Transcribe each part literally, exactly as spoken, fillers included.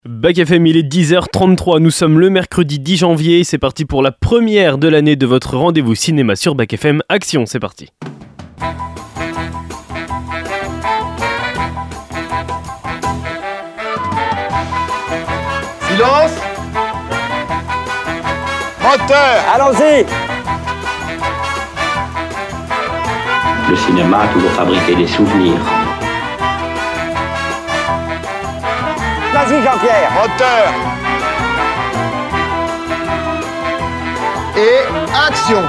Bac F M, il est dix heures trente-trois, nous sommes le mercredi dix janvier, c'est parti pour la première de l'année de votre rendez-vous cinéma sur Bac F M. Action, c'est parti. Silence. Moteur. Allons-y. Le cinéma a toujours fabriqué des souvenirs. Vas-y Jean-Pierre. Moteur. Et action.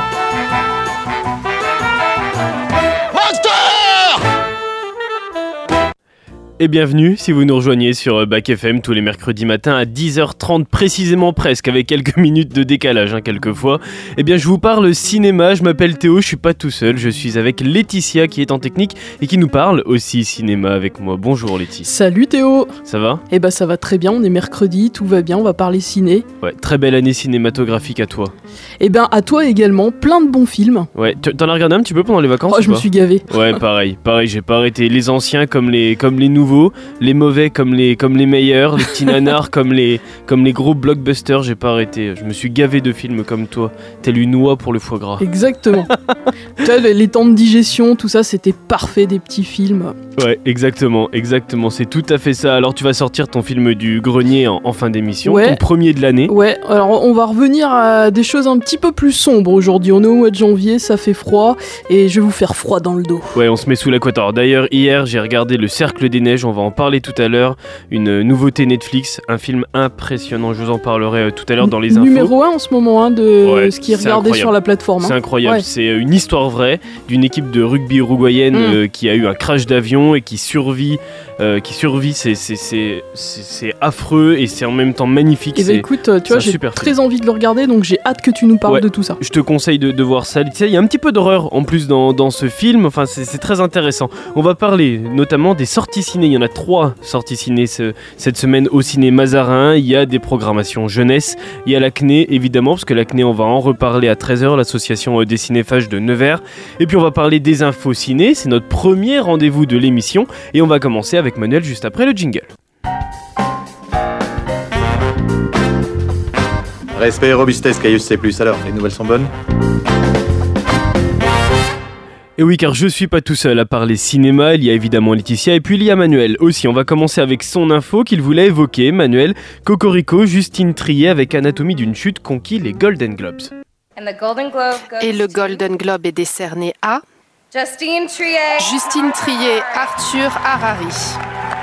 Et bienvenue si vous nous rejoignez sur Bac F M tous les mercredis matins à dix heures trente précisément, presque avec quelques minutes de décalage hein, quelquefois. Eh bien je vous parle cinéma, je m'appelle Théo, je suis pas tout seul, je suis avec Laetitia qui est en technique et qui nous parle aussi cinéma avec moi. Bonjour Laetitia. Salut Théo. Ça va ? Eh ben ça va très bien, on est mercredi, tout va bien, on va parler ciné. Ouais, très belle année cinématographique à toi. Eh ben à toi également, plein de bons films. Ouais, t'en as regardé un petit peu pendant les vacances ? Oh je me suis gavé. Ouais pareil, pareil, j'ai pas arrêté. Les anciens comme les, comme les nouveaux. Les mauvais comme les, comme les meilleurs, les petits nanars comme les, comme les gros blockbusters, j'ai pas arrêté. Je me suis gavé de films comme toi, telle une oie pour le foie gras. Exactement. Tu vois, les temps de digestion, tout ça, c'était parfait, des petits films. Ouais, exactement, exactement, c'est tout à fait ça. Alors tu vas sortir ton film du grenier en, en fin d'émission, ouais. Ton premier de l'année. Ouais, alors on va revenir à des choses un petit peu plus sombres aujourd'hui. On est au mois de janvier, ça fait froid, et je vais vous faire froid dans le dos. Ouais, on se met sous l'équateur. D'ailleurs, hier, j'ai regardé Le Cercle des Neiges, on va en parler tout à l'heure. Une nouveauté Netflix, un film impressionnant, je vous en parlerai euh, tout à l'heure dans les infos. Numéro un en ce moment, hein, de ouais, ce qui est regardé incroyable. sur la plateforme. Hein. C'est incroyable, ouais. C'est une histoire vraie d'une équipe de rugby uruguayenne mm. euh, qui a eu un crash d'avion et qui survit, euh, qui survit, c'est, c'est, c'est, c'est, c'est affreux et c'est en même temps magnifique. Et bah écoute, tu vois, j'ai très film. envie de le regarder, donc j'ai hâte que tu nous parles ouais, de tout ça. Je te conseille de, de voir ça. Il y a un petit peu d'horreur en plus dans, dans ce film, enfin c'est, c'est très intéressant. On va parler notamment des sorties ciné, il y en a trois sorties ciné ce, cette semaine au ciné Mazarin. Il y a des programmations jeunesse, il y a la C N E évidemment, parce que la C N E on va en reparler à treize heures, l'association des cinéphages de Nevers. Et puis on va parler des infos ciné, c'est notre premier rendez-vous de l'émission et on va commencer avec Manuel juste après le jingle. Respect et robustesse, Caius C plus. Alors, les nouvelles sont bonnes ? Et oui, car je suis pas tout seul à parler cinéma, il y a évidemment Laetitia et puis il y a Manuel aussi. On va commencer avec son info qu'il voulait évoquer. Manuel, Cocorico, Justine Triet avec Anatomie d'une chute conquis les Golden Globes. Et le Golden Globe est décerné à Justine Triet, Justine Triet, Arthur Harari.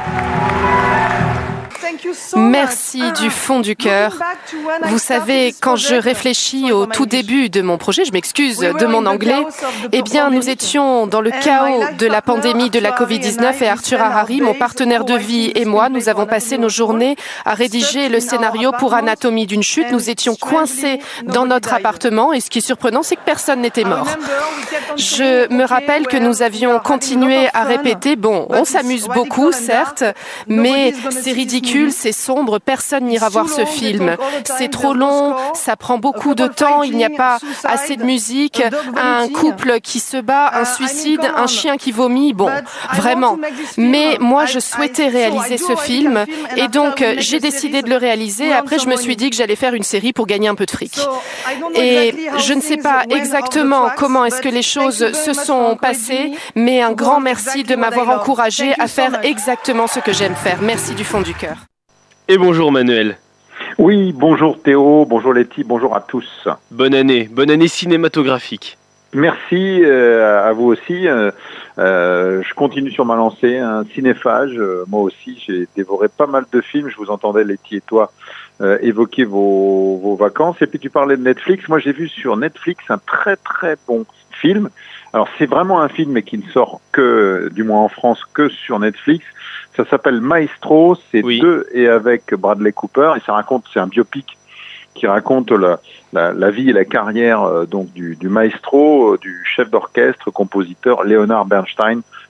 Merci du fond du cœur. Vous savez, quand je réfléchis au tout début de mon projet, je m'excuse de mon anglais, eh bien, nous étions dans le chaos de la pandémie de la covid dix-neuf et Arthur Harari, mon partenaire de vie et moi, nous avons passé nos journées à rédiger le scénario pour Anatomie d'une chute. Nous étions coincés dans notre appartement et ce qui est surprenant, c'est que personne n'était mort. Je me rappelle que nous avions continué à répéter. Bon, on s'amuse beaucoup, certes, mais c'est ridicule. C'est sombre, personne n'ira voir ce film. C'est trop long, ça prend beaucoup de temps, il n'y a pas assez de musique, un couple qui se bat, un suicide, un chien qui vomit, bon, vraiment. Mais moi, je souhaitais réaliser ce film et donc j'ai décidé de le réaliser. Après, je me suis dit que j'allais faire une série pour gagner un peu de fric. Et je ne sais pas exactement comment est-ce que les choses se sont passées, mais un grand merci de m'avoir encouragé à faire exactement ce que j'aime faire. Merci du fond du cœur. Et bonjour Manuel. Oui, bonjour Théo, bonjour Letty, bonjour à tous. Bonne année, bonne année cinématographique. Merci euh, à vous aussi. Euh, euh, je continue sur ma lancée, un cinéphage. Euh, moi aussi, j'ai dévoré pas mal de films. Je vous entendais, Letty et toi, euh, évoquer vos, vos vacances. Et puis tu parlais de Netflix. Moi, j'ai vu sur Netflix un très très bon film. Alors, c'est vraiment un film, mais qui ne sort que, du moins en France, que sur Netflix. Ça s'appelle Maestro, c'est oui. deux et avec Bradley Cooper. Et ça raconte, c'est un biopic qui raconte la, la, la vie et la carrière euh, donc du, du maestro, euh, du chef d'orchestre, compositeur Leonard Bernstein,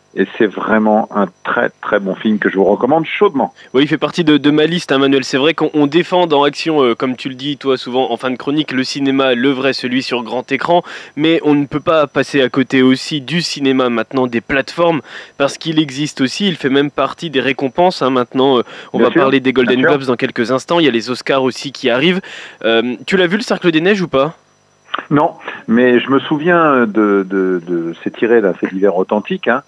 et c'est vraiment un très très bon film que je vous recommande chaudement. Oui, il fait partie de, de ma liste, hein, Manuel. C'est vrai qu'on on défend dans Action, euh, comme tu le dis toi souvent en fin de chronique, le cinéma, le vrai, celui sur grand écran, mais on ne peut pas passer à côté aussi du cinéma maintenant, des plateformes, parce qu'il existe aussi, il fait même partie des récompenses, hein, maintenant. Euh, on Bien va sûr, parler des Golden bien sûr. Globes dans quelques instants, il y a les Oscars aussi qui arrivent. Euh, tu l'as vu, le Cercle des Neiges, ou pas ? Non, mais je me souviens de, de, de c'est tiré d'un fait divers authentique. Hein.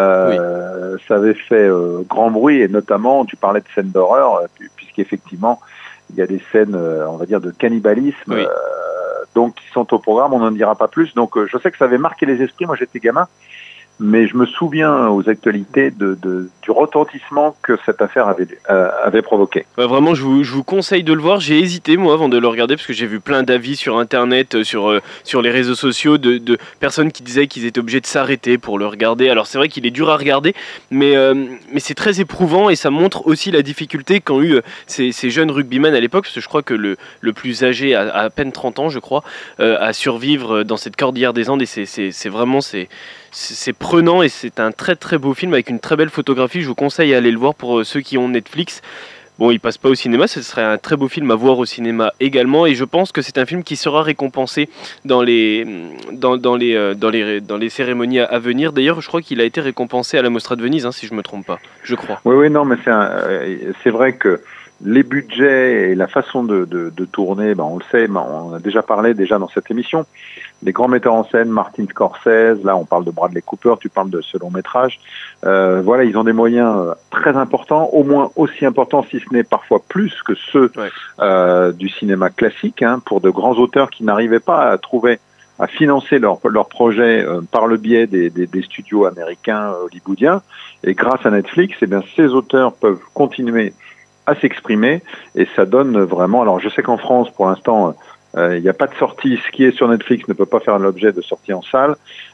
Euh, oui. Ça avait fait euh, grand bruit, et notamment, tu parlais de scènes d'horreur, puisqu'effectivement, il y a des scènes, euh, on va dire, de cannibalisme, oui. euh, donc qui sont au programme. On n'en dira pas plus. Donc, euh, je sais que ça avait marqué les esprits. Moi, j'étais gamin. Mais je me souviens aux actualités de, de, du retentissement que cette affaire avait, euh, avait provoqué. Ouais, vraiment, je vous, je vous conseille de le voir. J'ai hésité, moi, avant de le regarder, parce que j'ai vu plein d'avis sur Internet, sur, euh, sur les réseaux sociaux, de, de personnes qui disaient qu'ils étaient obligés de s'arrêter pour le regarder. Alors, c'est vrai qu'il est dur à regarder, mais, euh, mais c'est très éprouvant, et ça montre aussi la difficulté qu'ont eu euh, ces, ces jeunes rugbymen à l'époque, parce que je crois que le, le plus âgé a, a à peine trente ans, je crois, euh, à survivre dans cette cordillère des Andes, et c'est, c'est, c'est vraiment... C'est, c'est prenant, et c'est un très très beau film avec une très belle photographie. Je vous conseille d'aller le voir pour ceux qui ont Netflix. Bon, il passe pas au cinéma, ce serait un très beau film à voir au cinéma également, et je pense que c'est un film qui sera récompensé dans les, dans, dans les, dans les, dans les cérémonies à venir. D'ailleurs, je crois qu'il a été récompensé à la Mostra de Venise, hein, si je me trompe pas, je crois. Oui, oui, non, mais c'est, un, c'est vrai que les budgets et la façon de, de, de tourner, ben on le sait, ben on a déjà parlé déjà dans cette émission. Les grands metteurs en scène, Martin Scorsese, là on parle de Bradley Cooper, tu parles de ce long métrage. Euh, voilà, ils ont des moyens très importants, au moins aussi importants, si ce n'est parfois plus que ceux ouais. euh, du cinéma classique, hein, pour de grands auteurs qui n'arrivaient pas à trouver, à financer leur, leur projet euh, par le biais des, des, des studios américains, hollywoodiens. Et grâce à Netflix, eh bien, ces auteurs peuvent continuer à s'exprimer, et ça donne vraiment... Alors je sais qu'en France, pour l'instant... Il euh, n'y a pas de sortie. Ce qui est sur Netflix ne peut pas faire l'objet de sortie en salle.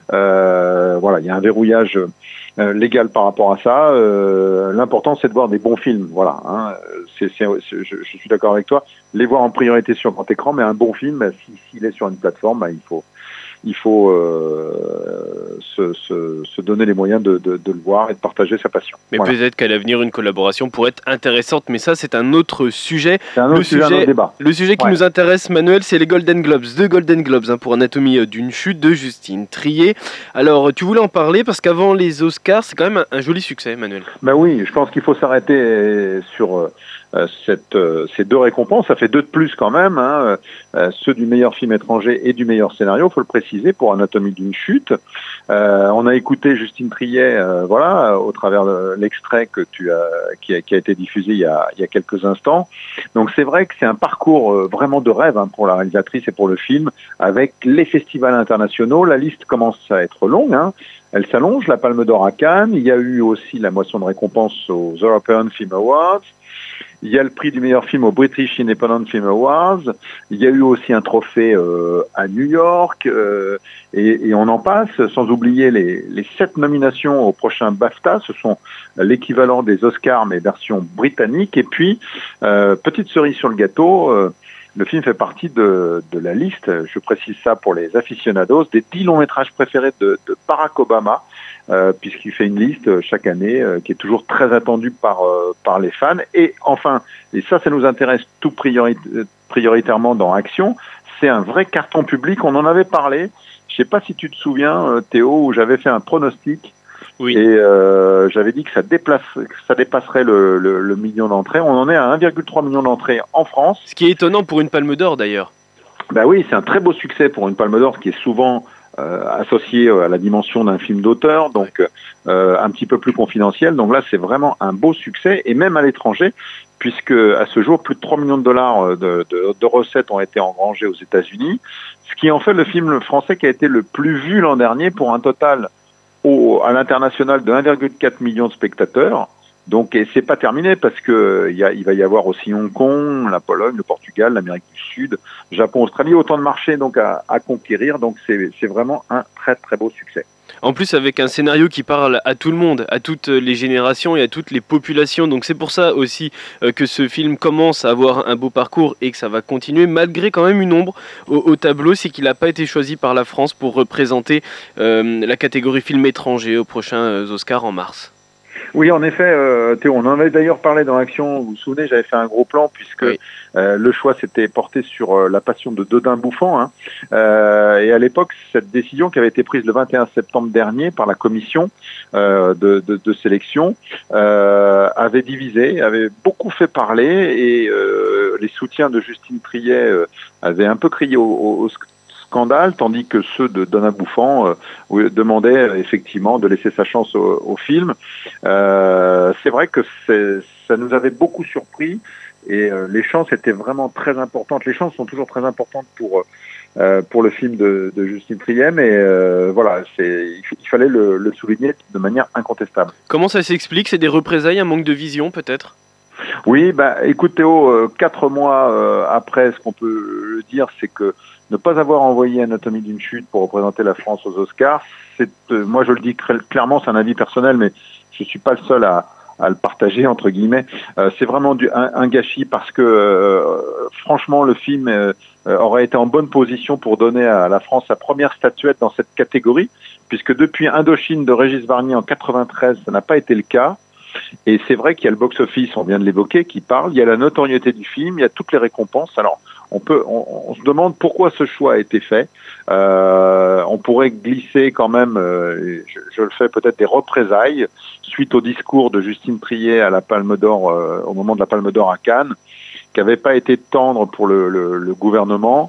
Euh, voilà, il y a un verrouillage euh, légal par rapport à ça. Euh, l'important, c'est de voir des bons films. Voilà, hein. c'est, c'est, c'est, je, je suis d'accord avec toi. Les voir en priorité sur grand écran, mais un bon film, bah, si, s'il est sur une plateforme, bah, il faut, il faut euh, se, se, se donner les moyens de, de, de le voir et de partager sa passion. Mais voilà. Peut-être qu'à l'avenir, une collaboration pourrait être intéressante, mais ça, c'est un autre sujet. C'est un autre le sujet, sujet, un autre débat. Le sujet qui ouais. nous intéresse, Manuel, c'est les Golden Globes. Deux Golden Globes hein, pour Anatomie d'une chute de Justine Triet. Alors, tu voulais en parler parce qu'avant les Oscars, c'est quand même un, un joli succès, Manuel. Ben oui, je pense qu'il faut s'arrêter sur... Euh, Cette, euh, ces deux récompenses, ça fait deux de plus quand même, hein, euh, ceux du meilleur film étranger et du meilleur scénario, il faut le préciser, pour Anatomie d'une chute. Euh, on a écouté Justine Triet, euh, voilà, au travers de l'extrait que tu as, qui a, qui a été diffusé il y a, il y a quelques instants. Donc c'est vrai que c'est un parcours euh, vraiment de rêve hein, pour la réalisatrice et pour le film, avec les festivals internationaux. La liste commence à être longue, hein. Elle s'allonge, la Palme d'Or à Cannes. Il y a eu aussi la moisson de récompenses aux European Film Awards. Il y a le prix du meilleur film au British Independent Film Awards. Il y a eu aussi un trophée euh, à New York. Euh, et, et on en passe, sans oublier les, les sept nominations au prochain BAFTA. Ce sont l'équivalent des Oscars, mais version britannique. Et puis, euh, petite cerise sur le gâteau, euh, le film fait partie de, de la liste, je précise ça pour les aficionados, des dix longs métrages préférés de, de Barack Obama. Euh, puisqu'il fait une liste euh, chaque année euh, qui est toujours très attendue par euh, par les fans. Et enfin, et ça, ça nous intéresse tout priori- prioritairement dans Action, c'est un vrai carton public. On en avait parlé. Je sais pas si tu te souviens, euh, Théo, où j'avais fait un pronostic. Oui. Et euh, j'avais dit que ça, déplace, que ça dépasserait le, le, le million d'entrées. On en est à un virgule trois million d'entrées en France. Ce qui est étonnant pour une Palme d'Or d'ailleurs. Ben oui, c'est un très beau succès pour une Palme d'Or qui est souvent Euh, associé à la dimension d'un film d'auteur, donc euh, un petit peu plus confidentiel. Donc là, c'est vraiment un beau succès, et même à l'étranger, puisque à ce jour, plus de trois millions de dollars de, de, de recettes ont été engrangés aux États-Unis, ce qui en fait le film français qui a été le plus vu l'an dernier, pour un total au, à l'international de un virgule quatre million de spectateurs. Donc, et c'est pas terminé, parce que il, y a, il va y avoir aussi Hong Kong, la Pologne, le Portugal, l'Amérique du Sud, Japon, Australie, autant de marchés donc à, à conquérir. Donc c'est, c'est vraiment un très très beau succès. En plus, avec un scénario qui parle à tout le monde, à toutes les générations et à toutes les populations. Donc c'est pour ça aussi euh, que ce film commence à avoir un beau parcours et que ça va continuer, malgré quand même une ombre au, au tableau, c'est qu'il n'a pas été choisi par la France pour représenter euh, la catégorie film étranger aux prochains euh, Oscars en mars. Oui, en effet, euh, Théo, on en avait d'ailleurs parlé dans Action, vous vous souvenez, j'avais fait un gros plan puisque oui. euh, le choix s'était porté sur euh, la passion de Dodin Bouffant. Hein. Euh, et à l'époque, cette décision qui avait été prise le vingt et un septembre dernier par la commission euh, de, de, de sélection euh, avait divisé, avait beaucoup fait parler et euh, les soutiens de Justine Triet euh, avaient un peu crié au, au, au scandale, tandis que ceux de Dodin Bouffant euh, demandaient euh, effectivement de laisser sa chance au, au film. Euh, c'est vrai que c'est, ça nous avait beaucoup surpris et euh, les chances étaient vraiment très importantes. Les chances sont toujours très importantes pour euh, pour le film de, de Justine Triet, mais euh, voilà, c'est, il fallait le, le souligner de manière incontestable. Comment ça s'explique? C'est des représailles, un manque de vision peut-être? Oui, bah écoute Théo, euh, quatre mois euh, après, ce qu'on peut le dire, c'est que ne pas avoir envoyé Anatomie d'une chute pour représenter la France aux Oscars, c'est, euh, moi je le dis clairement, c'est un avis personnel, mais je suis pas le seul à, à le partager entre guillemets. Euh, c'est vraiment du, un, un gâchis parce que euh, franchement le film euh, aurait été en bonne position pour donner à la France sa première statuette dans cette catégorie, puisque depuis Indochine de Régis Varnier en quatre-vingt-treize, ça n'a pas été le cas. Et c'est vrai qu'il y a le box-office, on vient de l'évoquer, qui parle, il y a la notoriété du film, il y a toutes les récompenses. Alors, on peut, on, on se demande pourquoi ce choix a été fait. Euh, on pourrait glisser quand même, euh, je, je le fais peut-être, des représailles suite au discours de Justine Triet à la Palme d'Or, euh, au moment de la Palme d'Or à Cannes, qui n'avait pas été tendre pour le, le, le gouvernement.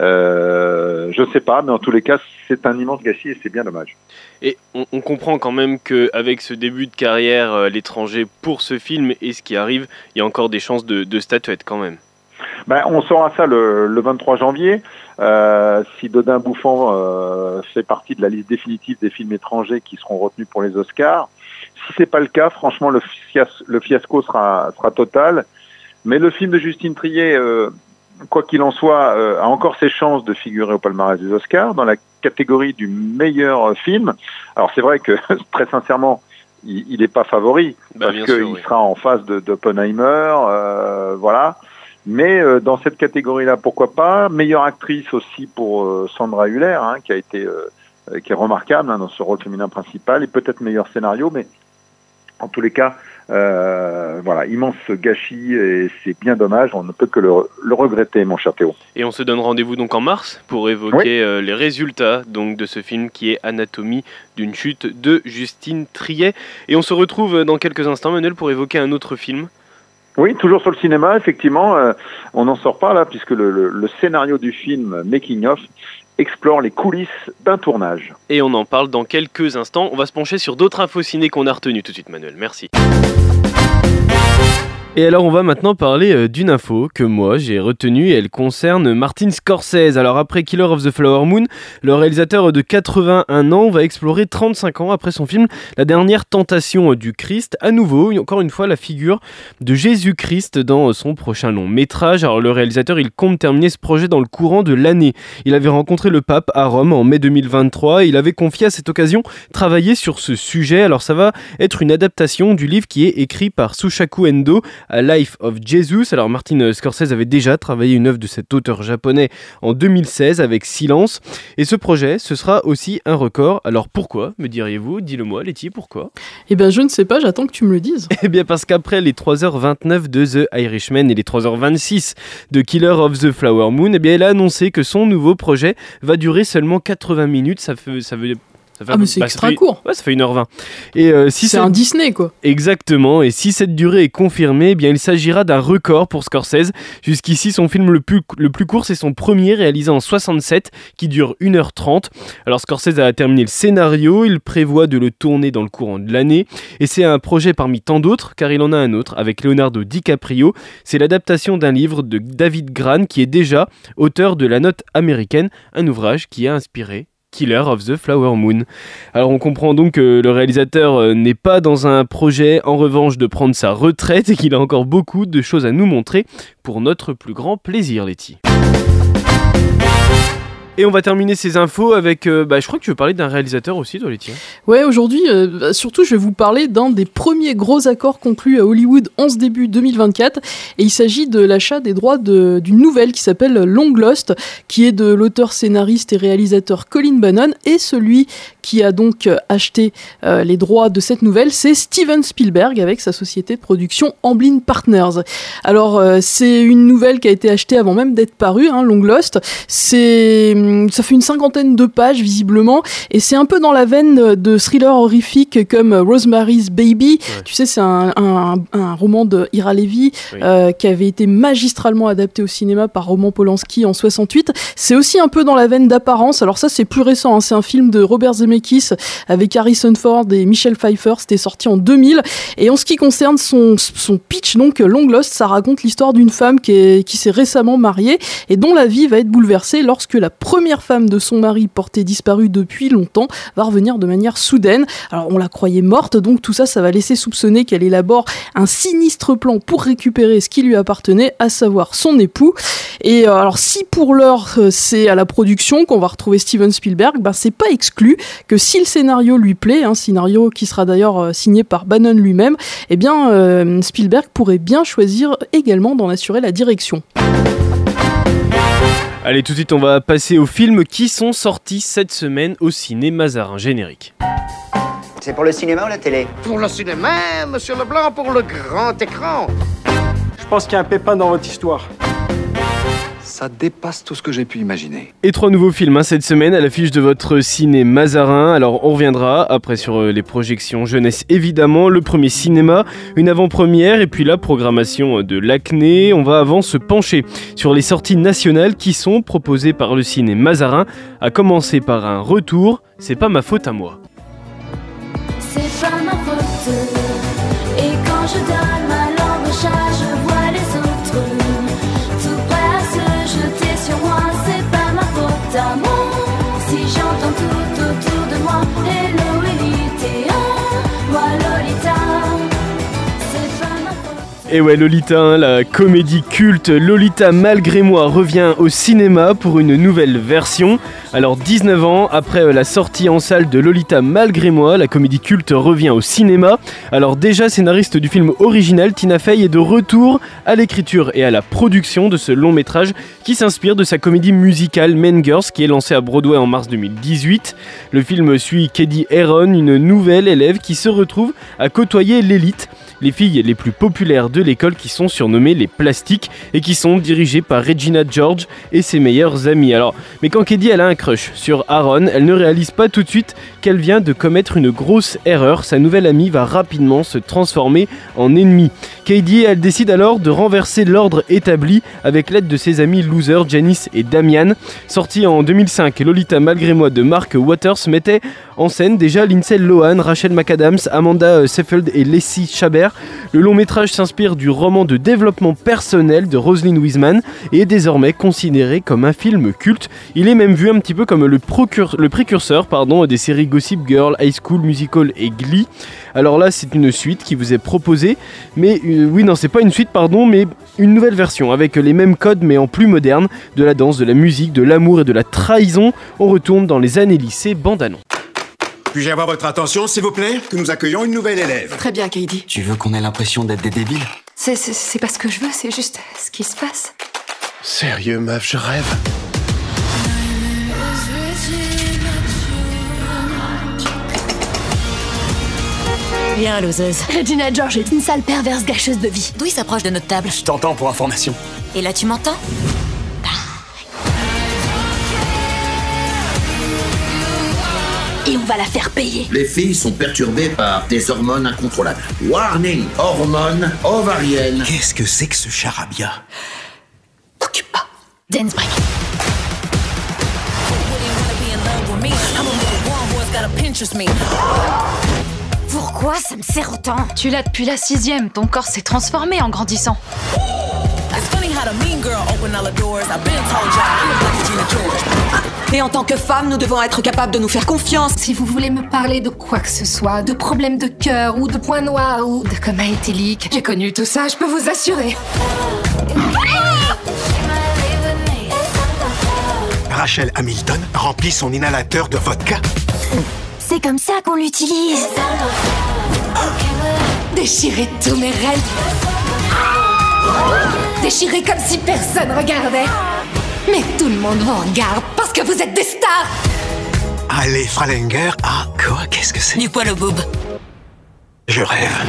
Euh, je sais pas, mais en tous les cas, c'est un immense gâchis et c'est bien dommage. Et on, on comprend quand même qu'avec ce début de carrière à euh, l'étranger pour ce film et ce qui arrive, il y a encore des chances de, de statuette quand même. Ben, on saura ça le, le vingt-trois janvier. Euh, si Dodin Bouffant euh, fait partie de la liste définitive des films étrangers qui seront retenus pour les Oscars. Si c'est pas le cas, franchement, le, fias- le fiasco sera, sera total. Mais le film de Justine Triet, euh, quoi qu'il en soit, euh, a encore ses chances de figurer au palmarès des Oscars dans la catégorie du meilleur film. Alors c'est vrai que très sincèrement, il n'est pas favori bah, parce qu'il oui. sera en face de, d'Oppenheimer, euh, voilà. Mais euh, dans cette catégorie-là, pourquoi pas. Meilleure actrice aussi pour euh, Sandra Hüller, hein, qui a été, euh, qui est remarquable hein, dans ce rôle féminin principal, et peut-être meilleur scénario, mais en tous les cas. Euh, voilà, immense gâchis et c'est bien dommage, on ne peut que le, le regretter, mon cher Théo. Et on se donne rendez-vous donc en mars pour évoquer oui. euh, les résultats donc, de ce film qui est Anatomie d'une chute de Justine Triet. Et on se retrouve dans quelques instants, Manuel, pour évoquer un autre film. Oui, toujours sur le cinéma, effectivement, euh, on n'en sort pas là, puisque le, le, le scénario du film Making of explore les coulisses d'un tournage. Et on en parle dans quelques instants. On va se pencher sur d'autres infos ciné qu'on a retenues tout de suite, Manuel. Merci. Et alors on va maintenant parler euh, d'une info que moi j'ai retenue et elle concerne Martin Scorsese. Alors après Killer of the Flower Moon, le réalisateur de quatre-vingt-un ans va explorer trente-cinq ans après son film La dernière tentation du Christ, à nouveau, encore une fois la figure de Jésus-Christ dans son prochain long métrage. Alors le réalisateur il compte terminer ce projet dans le courant de l'année. Il avait rencontré le pape à Rome en mai deux mille vingt-trois et il avait confié à cette occasion travailler sur ce sujet. Alors ça va être une adaptation du livre qui est écrit par Sushaku Endo, A Life of Jesus. Alors Martin Scorsese avait déjà travaillé une œuvre de cet auteur japonais en deux mille seize avec Silence. Et ce projet, ce sera aussi un record. Alors pourquoi, me diriez-vous? Dis-le-moi, Letty, pourquoi? Eh bien je ne sais pas, j'attends que tu me le dises. Eh bien parce qu'après les trois heures vingt-neuf de The Irishman et les trois heures vingt-six de Killer of the Flower Moon, eh bien elle a annoncé que son nouveau projet va durer seulement quatre-vingts minutes. Ça fait... Ça veut Ah mais c'est bah, extra fait, court. Ouais, ça fait une heure vingt. Et euh, si c'est cette... un Disney quoi. Exactement, et si cette durée est confirmée, eh bien il s'agira d'un record pour Scorsese. Jusqu'ici, son film le plus, le plus court, c'est son premier réalisé en soixante-sept qui dure une heure trente. Alors Scorsese a terminé le scénario, il prévoit de le tourner dans le courant de l'année et c'est un projet parmi tant d'autres car il en a un autre avec Leonardo DiCaprio. C'est l'adaptation d'un livre de David Grann qui est déjà auteur de La Note américaine, un ouvrage qui a inspiré Killer of the Flower Moon. Alors on comprend donc que le réalisateur n'est pas dans un projet en revanche de prendre sa retraite et qu'il a encore beaucoup de choses à nous montrer pour notre plus grand plaisir, Letty. Et on va terminer ces infos avec, euh, bah, je crois que tu veux parler d'un réalisateur aussi, toi, Laetitia. Ouais, aujourd'hui, euh, surtout, je vais vous parler d'un des premiers gros accords conclus à Hollywood en ce début deux mille vingt-quatre. Et il s'agit de l'achat des droits de, d'une nouvelle qui s'appelle Long Lost, qui est de l'auteur, scénariste et réalisateur Colin Bannon. Et celui qui a donc acheté euh, les droits de cette nouvelle, c'est Steven Spielberg avec sa société de production Amblin Partners. Alors, euh, c'est une nouvelle qui a été achetée avant même d'être parue, hein, Long Lost. C'est, ça fait une cinquantaine de pages, visiblement, et c'est un peu dans la veine de thrillers horrifiques comme Rosemary's Baby. Ouais. Tu sais, c'est un, un, un roman de Ira Levy, oui. euh, qui avait été magistralement adapté au cinéma par Roman Polanski en soixante-huit. C'est aussi un peu dans la veine d'Apparence. Alors ça, c'est plus récent, hein. C'est un film de Robert Zemeckis avec Harrison Ford et Michelle Pfeiffer. C'était sorti en deux mille. Et en ce qui concerne son, son pitch, donc Long Lost, ça raconte l'histoire d'une femme qui, est, qui s'est récemment mariée et dont la vie va être bouleversée lorsque la première femme de son mari, portée disparue depuis longtemps, va revenir de manière soudaine. Alors on la croyait morte, donc tout ça, ça va laisser soupçonner qu'elle élabore un sinistre plan pour récupérer ce qui lui appartenait, à savoir son époux. Et euh, alors si pour l'heure euh, c'est à la production qu'on va retrouver Steven Spielberg, ben c'est pas exclu que si le scénario lui plaît, un hein, scénario qui sera d'ailleurs euh, signé par Bannon lui-même, eh bien euh, Spielberg pourrait bien choisir également d'en assurer la direction. Allez, tout de suite, on va passer aux films qui sont sortis cette semaine au ciné Mazarin. Générique. C'est pour le cinéma ou la télé ? Pour le cinéma, monsieur Leblanc, pour le grand écran. Je pense qu'il y a un pépin dans votre histoire. Ça dépasse tout ce que j'ai pu imaginer. Et trois nouveaux films hein, cette semaine à l'affiche de votre ciné Mazarin. Alors on reviendra après sur euh, les projections jeunesse évidemment, le premier cinéma, une avant-première et puis la programmation de l'Acné. On va avant se pencher sur les sorties nationales qui sont proposées par le ciné Mazarin, à commencer par un retour, c'est pas ma faute à moi. C'est pas ma faute, et quand je donne ma langue au chat, je vois les autres tout prêts à se jeter sur moi. C'est pas ma faute à moi, si j'entends tout autour de moi. Hello Elite, moi Lolita, c'est pas ma faute. Et ouais, Lolita, hein, la comédie culte Lolita malgré moi revient au cinéma pour une nouvelle version. Alors dix-neuf ans après la sortie en salle de Lolita malgré moi, la comédie culte revient au cinéma. Alors déjà scénariste du film original, Tina Fey est de retour à l'écriture et à la production de ce long métrage qui s'inspire de sa comédie musicale Mean Girls qui est lancée à Broadway en mars deux mille dix-huit. Le film suit Cady Heron, une nouvelle élève qui se retrouve à côtoyer l'élite, les filles les plus populaires de l'école qui sont surnommées les plastiques et qui sont dirigées par Regina George et ses meilleurs amis. Alors, mais quand Cady elle a un crush sur Aaron, elle ne réalise pas tout de suite qu'elle vient de commettre une grosse erreur. Sa nouvelle amie va rapidement se transformer en ennemie. Cady, elle décide alors de renverser l'ordre établi avec l'aide de ses amis losers Janice et Damian. Sorti en deux mille cinq, Lolita malgré moi de Mark Waters mettait en scène déjà Lindsay Lohan, Rachel McAdams, Amanda Seyfried et Lacey Chabert. Le long métrage s'inspire du roman de développement personnel de Rosalind Wiseman et est désormais considéré comme un film culte. Il est même vu un petit peu comme le, procure, le précurseur pardon, des séries Gossip Girl, High School Musical et Glee. Alors là, c'est une suite qui vous est proposée, mais euh, oui, non, c'est pas une suite, pardon, mais une nouvelle version avec les mêmes codes mais en plus moderne, de la danse, de la musique, de l'amour et de la trahison. On retourne dans les années lycée, bande-annonce. Puis-je avoir votre attention, s'il vous plaît, que nous accueillons une nouvelle élève. Très bien, Cady. Tu veux qu'on ait l'impression d'être des débiles ? C'est, c'est, c'est pas ce que je veux, c'est juste ce qui se passe. Sérieux, meuf, je rêve. Bien, loseuse. Regina George est une sale perverse gâcheuse de vie. D'où il s'approche de notre table. Je t'entends pour information. Et là, tu m'entends ? Et on va la faire payer. Les filles sont perturbées par des hormones incontrôlables. Warning, hormones ovariennes. Qu'est-ce que c'est que ce charabia ? T'occupe pas. Dance break. Pourquoi ça me sert autant ? Tu l'as depuis la sixième, ton corps s'est transformé en grandissant. Et en tant que femme, nous devons être capables de nous faire confiance. Si vous voulez me parler de quoi que ce soit, de problèmes de cœur ou de points noirs ou de coma éthylique, j'ai connu tout ça, je peux vous assurer. Rachel Hamilton remplit son inhalateur de vodka. C'est comme ça qu'on l'utilise. Déchirez tous mes rêves. Déchirez comme si personne regardait. Mais tout le monde vous regarde parce que vous êtes des stars. Allez, Fralinger. Ah, quoi? Qu'est-ce que c'est? Du poil au boub. Je rêve.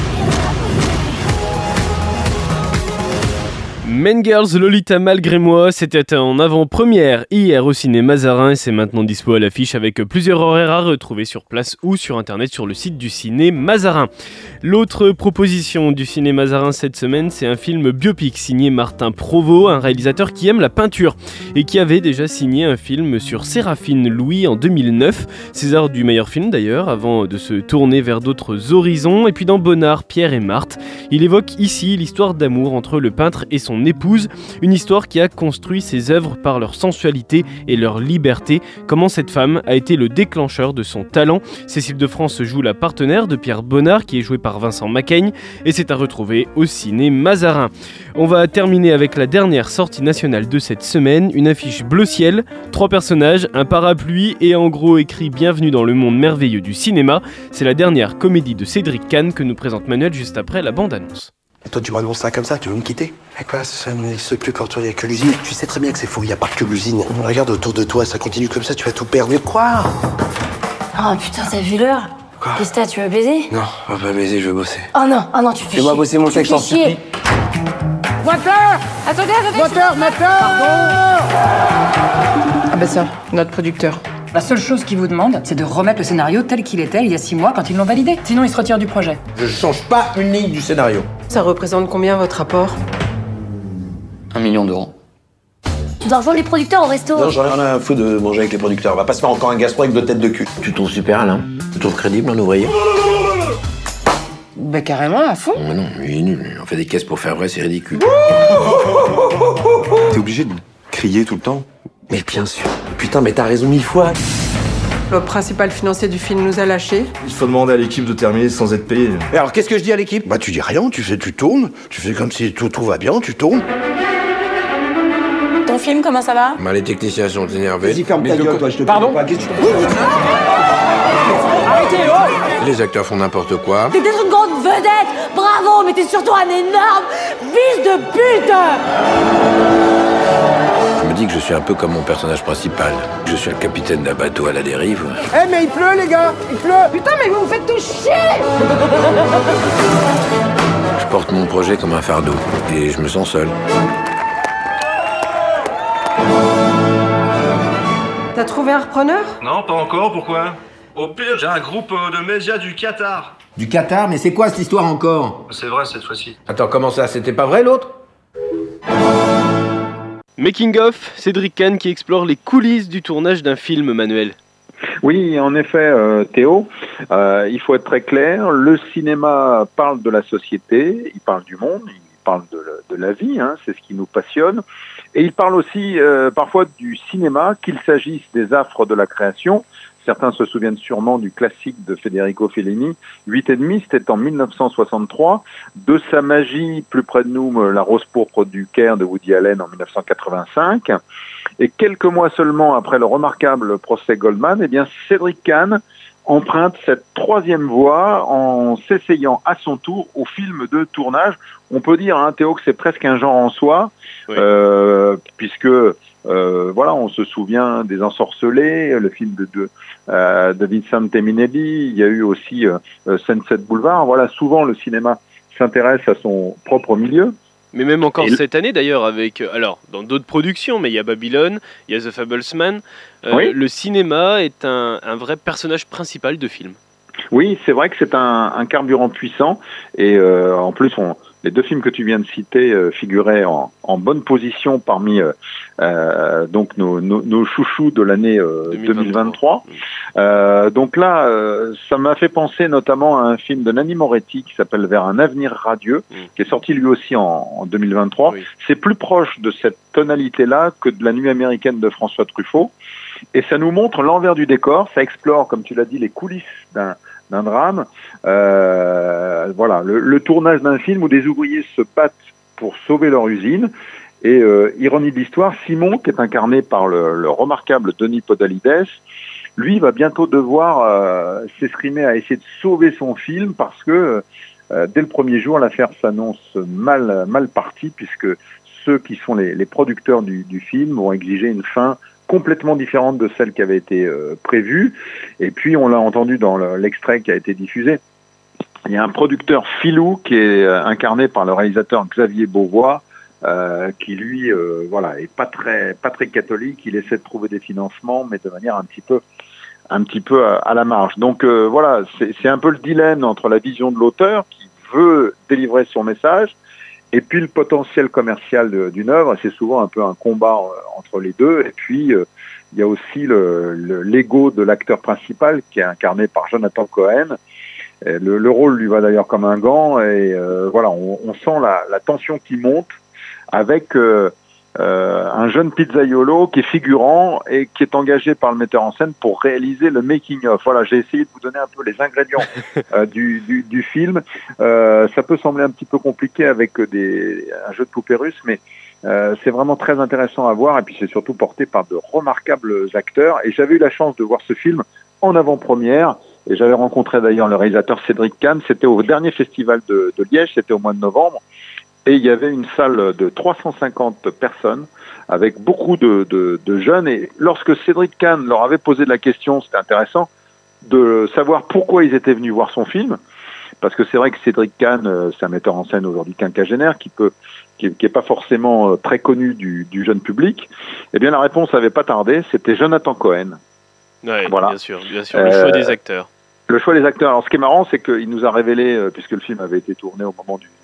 Men Girls Lolita malgré moi, c'était en avant-première hier au ciné Mazarin et c'est maintenant dispo à l'affiche avec plusieurs horaires à retrouver sur place ou sur internet sur le site du ciné Mazarin. L'autre proposition du ciné Mazarin cette semaine, c'est un film biopic signé Martin Provost, un réalisateur qui aime la peinture et qui avait déjà signé un film sur Séraphine Louis en deux mille neuf, César du meilleur film d'ailleurs, avant de se tourner vers d'autres horizons. Et puis dans Bonnard, Pierre et Marthe, il évoque ici l'histoire d'amour entre le peintre et son épouse, une histoire qui a construit ses œuvres par leur sensualité et leur liberté. Comment cette femme a été le déclencheur de son talent. Cécile de France joue la partenaire de Pierre Bonnard, qui est joué par Vincent Macaigne, et c'est à retrouver au ciné Mazarin. On va terminer avec la dernière sortie nationale de cette semaine, une affiche bleu ciel, trois personnages, un parapluie et en gros écrit Bienvenue dans le monde merveilleux du cinéma. C'est la dernière comédie de Cédric Kahn que nous présente Manuel juste après la bande-annonce. Et toi, tu m'annonces ça comme ça, tu veux me quitter? Mais quoi, ça n'existe plus quand il n'y a que l'usine. Tu sais très bien que c'est faux, il n'y a pas que l'usine. Regarde autour de toi, ça continue comme ça, tu vas tout perdre. Mais quoi? Oh putain, t'as vu l'heure? Quoi? Qu'est-ce que t'as, tu veux baiser? Non, on va pas baiser, je veux bosser. Oh non, oh non, tu fais Fais-moi chier. bosser mon Tu sexe, fais t'en chier. supplie. Moteur! Attendez, attendez. Moteur, moteur! Pardon! Ah bah ça, notre producteur. La seule chose qu'il vous demande, c'est de remettre le scénario tel qu'il était il y a six mois quand ils l'ont validé. Sinon, il se retire du projet. Je change pas une ligne du scénario. Ça représente combien votre rapport? Un million d'euros. Tu dois rejoindre les producteurs au resto. Non, j'en ai rien à foutre de manger avec les producteurs. On va pas se faire encore un gastro avec deux têtes de cul. Tu trouves super, Alain? Tu trouves crédible un ouvrier? Bah carrément, à fond. Mais non, il est nul. On fait des caisses pour faire vrai, c'est ridicule. T'es obligé de crier tout le temps? Mais bien sûr. Putain, mais t'as raison mille fois. Le principal financier du film nous a lâchés. Il faut demander à l'équipe de terminer sans être payé. Et alors, qu'est-ce que je dis à l'équipe? Bah, tu dis rien, tu fais, tu tournes. Tu fais comme si tout, tout va bien, tu tournes. Ton film, comment ça va? Bah, les techniciens sont énervés. Vas-y, ferme ta gueule, toi, je te Pardon? pas. Qu'est-ce que tu Arrêtez, oh! Les acteurs font n'importe quoi. T'es peut-être une grande vedette. Bravo, mais t'es surtout un énorme fils de pute. Je me dis que je suis un peu comme mon personnage principal. Je suis le capitaine d'un bateau à la dérive. Eh hey, mais il pleut les gars, il pleut. Putain mais vous me faites tout chier. Je porte mon projet comme un fardeau et je me sens seul. T'as trouvé un repreneur? Non, pas encore, pourquoi? Au pire, j'ai un groupe de médias du Qatar. Du Qatar? Mais c'est quoi cette histoire encore? C'est vrai cette fois-ci. Attends, comment ça? C'était pas vrai l'autre? Making of, Cédric Kahn qui explore les coulisses du tournage d'un film, Manuel. Oui, en effet, euh, Théo, euh, il faut être très clair, le cinéma parle de la société, il parle du monde, il parle de la, de la vie, hein, c'est ce qui nous passionne, et il parle aussi euh, parfois du cinéma, qu'il s'agisse des affres de la création. Certains se souviennent sûrement du classique de Federico Fellini, huit et demi, c'était en mille neuf cent soixante-trois, de sa magie, plus près de nous, La Rose pourpre du Caire de Woody Allen en mille neuf cent quatre-vingt-cinq, et quelques mois seulement après le remarquable procès Goldman, eh bien Cédric Kahn emprunte cette troisième voie en s'essayant à son tour au film de tournage. On peut dire, hein, Théo, que c'est presque un genre en soi, oui. euh, puisque euh, voilà, on se souvient des Ensorcelés, le film de, de, euh, de Vincente Minelli, il y a eu aussi euh, Sunset Boulevard. Voilà, souvent le cinéma s'intéresse à son propre milieu. Mais même encore Et cette année d'ailleurs, avec alors dans d'autres productions, mais il y a Babylone, il y a The Fablesman. Euh, oui. Le cinéma est un, un vrai personnage principal de film. Oui, c'est vrai que c'est un, un carburant puissant et euh, en plus on, les deux films que tu viens de citer euh, figuraient en, en bonne position parmi euh, euh, donc nos, nos, nos chouchous de l'année euh, deux mille vingt-trois. Euh, donc là, euh, ça m'a fait penser notamment à un film de Nanni Moretti qui s'appelle Vers un avenir radieux, mmh. qui est sorti lui aussi en, en deux mille vingt-trois. Oui. C'est plus proche de cette tonalité-là que de La Nuit américaine de François Truffaut. Et ça nous montre l'envers du décor, ça explore, comme tu l'as dit, les coulisses d'un, d'un drame. Euh, voilà, le, le tournage d'un film où des ouvriers se battent pour sauver leur usine. Et euh, ironie de l'histoire, Simon, qui est incarné par le, le remarquable Denis Podalides, lui va bientôt devoir euh, s'escrimer à essayer de sauver son film parce que euh, dès le premier jour, l'affaire s'annonce mal, mal partie puisque ceux qui sont les, les producteurs du, du film vont exiger une fin complètement différente de celle qui avait été euh, prévue. Et puis, on l'a entendu dans le, l'extrait qui a été diffusé, il y a un producteur filou qui est euh, incarné par le réalisateur Xavier Beauvois, euh, qui lui, euh, voilà, est pas très, pas très catholique. Il essaie de trouver des financements, mais de manière un petit peu un petit peu à, à la marge. Donc euh, voilà, c'est, c'est un peu le dilemme entre la vision de l'auteur qui veut délivrer son message et puis le potentiel commercial de, d'une œuvre. C'est souvent un peu un combat euh, entre les deux. Et puis euh, il y a aussi le, le, l'ego de l'acteur principal qui est incarné par Jonathan Cohen. Et le, le rôle lui va d'ailleurs comme un gant et euh, voilà, on, on sent la, la tension qui monte avec euh, Euh, un jeune pizzaiolo qui est figurant et qui est engagé par le metteur en scène pour réaliser le making-of. Voilà, j'ai essayé de vous donner un peu les ingrédients euh, du, du, du film. Euh, ça peut sembler un petit peu compliqué avec des, un jeu de poupée russe, mais euh, c'est vraiment très intéressant à voir et puis c'est surtout porté par de remarquables acteurs. Et j'avais eu la chance de voir ce film en avant-première et j'avais rencontré d'ailleurs le réalisateur Cédric Kahn. C'était au dernier festival de, de Liège, c'était au mois de novembre. Et il y avait une salle de trois cent cinquante personnes avec beaucoup de, de, de jeunes. Et lorsque Cédric Kahn leur avait posé la question, c'était intéressant de savoir pourquoi ils étaient venus voir son film. Parce que c'est vrai que Cédric Kahn, c'est un metteur en scène aujourd'hui quinquagénaire qui peut, qui, qui est pas forcément très connu du, du jeune public. Eh bien, la réponse n'avait pas tardé. C'était Jonathan Cohen. Ouais, voilà. Bien sûr, bien sûr. Le choix euh, des acteurs. Le choix des acteurs. Alors, ce qui est marrant, c'est qu'il nous a révélé, puisque le film avait été tourné au moment du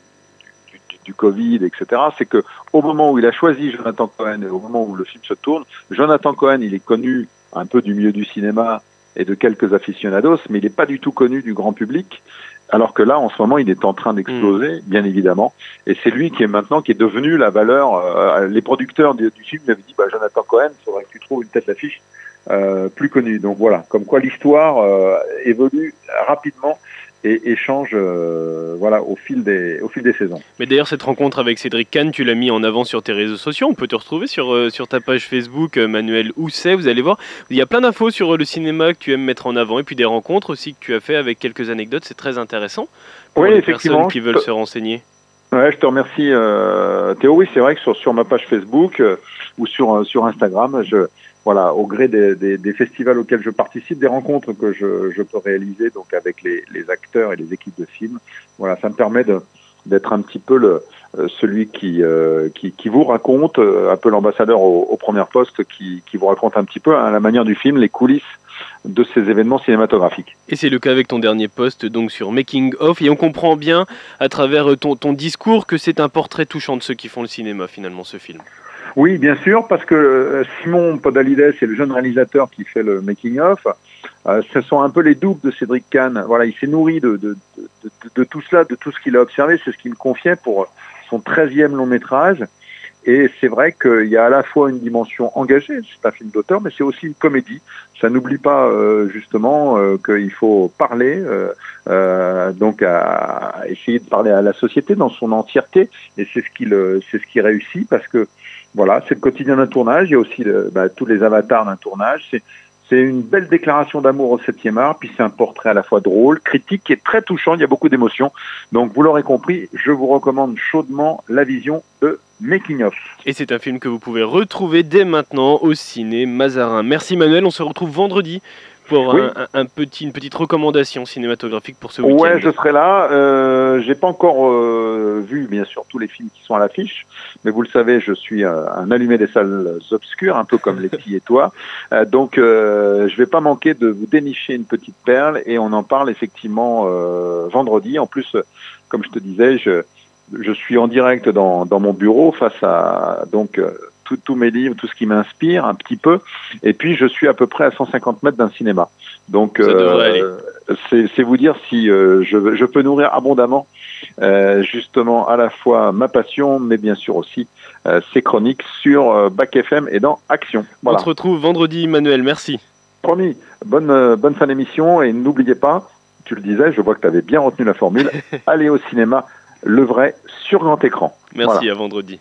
du Covid, et cetera, c'est que au moment où il a choisi Jonathan Cohen et au moment où le film se tourne, Jonathan Cohen, il est connu un peu du milieu du cinéma et de quelques aficionados, mais il n'est pas du tout connu du grand public, alors que là, en ce moment, il est en train d'exploser, mmh. bien évidemment, et c'est lui qui est maintenant, qui est devenu la valeur, euh, les producteurs du, du film lui avaient dit, bah, Jonathan Cohen, il faudrait que tu trouves une tête d'affiche euh, plus connue. Donc voilà, comme quoi l'histoire euh, évolue rapidement et échange euh, voilà, au fil des, au fil des saisons. Mais d'ailleurs, cette rencontre avec Cédric Kahn, tu l'as mis en avant sur tes réseaux sociaux. On peut te retrouver sur, euh, sur ta page Facebook, euh, Manuel Housset. Vous allez voir, il y a plein d'infos sur euh, le cinéma que tu aimes mettre en avant et puis des rencontres aussi que tu as fait avec quelques anecdotes. C'est très intéressant pour oui, les effectivement, personnes qui veulent te... se renseigner. Ouais, je te remercie euh, Théo. Oui, c'est vrai que sur, sur ma page Facebook euh, ou sur, euh, sur Instagram, je... Voilà, au gré des, des, des festivals auxquels je participe, des rencontres que je, je peux réaliser donc avec les, les acteurs et les équipes de films. Voilà, ça me permet de, d'être un petit peu le, celui qui, euh, qui, qui vous raconte, un peu l'ambassadeur au, au premier poste, qui, qui vous raconte un petit peu à la manière du film les coulisses de ces événements cinématographiques. Et c'est le cas avec ton dernier post donc sur Making Of, et on comprend bien à travers ton, ton discours que c'est un portrait touchant de ceux qui font le cinéma finalement, ce film. Oui, bien sûr, parce que Simon Podalides est le jeune réalisateur qui fait le making-of. Euh, ce sont un peu les doubles de Cédric Kahn. Voilà, il s'est nourri de, de, de, de, de tout cela, de tout ce qu'il a observé. C'est ce qu'il me confiait pour son treizième long métrage. Et c'est vrai qu'il y a à la fois une dimension engagée, c'est un film d'auteur, mais c'est aussi une comédie. Ça n'oublie pas euh, justement euh, qu'il faut parler, euh, euh, donc à, à essayer de parler à la société dans son entièreté. Et c'est ce qu'il, c'est ce qui réussit parce que voilà, c'est le quotidien d'un tournage. Il y a aussi le, bah, tous les avatars d'un tournage. C'est, c'est une belle déclaration d'amour au septième art. Puis c'est un portrait à la fois drôle, critique, qui est très touchant. Il y a beaucoup d'émotions. Donc vous l'aurez compris, je vous recommande chaudement la vision de Making Of. Et c'est un film que vous pouvez retrouver dès maintenant au ciné Mazarin. Merci Manuel, on se retrouve vendredi pour oui. un, un petit, une petite recommandation cinématographique pour ce week-end. Ouais, je serai là. Euh, j'ai pas encore euh, vu, bien sûr, tous les films qui sont à l'affiche, mais vous le savez, je suis euh, un allumé des salles obscures, un peu comme les petits et toi. Euh, donc, euh, je vais pas manquer de vous dénicher une petite perle et on en parle effectivement euh, vendredi. En plus, comme je te disais, je je suis en direct dans, dans mon bureau face à donc euh, tous mes livres, tout ce qui m'inspire un petit peu. Et puis, je suis à peu près à cent cinquante mètres d'un cinéma. Donc, euh, c'est, c'est vous dire si euh, je, je peux nourrir abondamment euh, justement à la fois ma passion, mais bien sûr aussi euh, ces chroniques sur euh, Bac F M et dans Action. Voilà. On se retrouve vendredi, Manuel. Merci. Promis. Bonne, euh, bonne fin d'émission. Et n'oubliez pas, tu le disais, je vois que tu avais bien retenu la formule, allez au cinéma, le vrai, sur grand écran. Merci, voilà. À vendredi.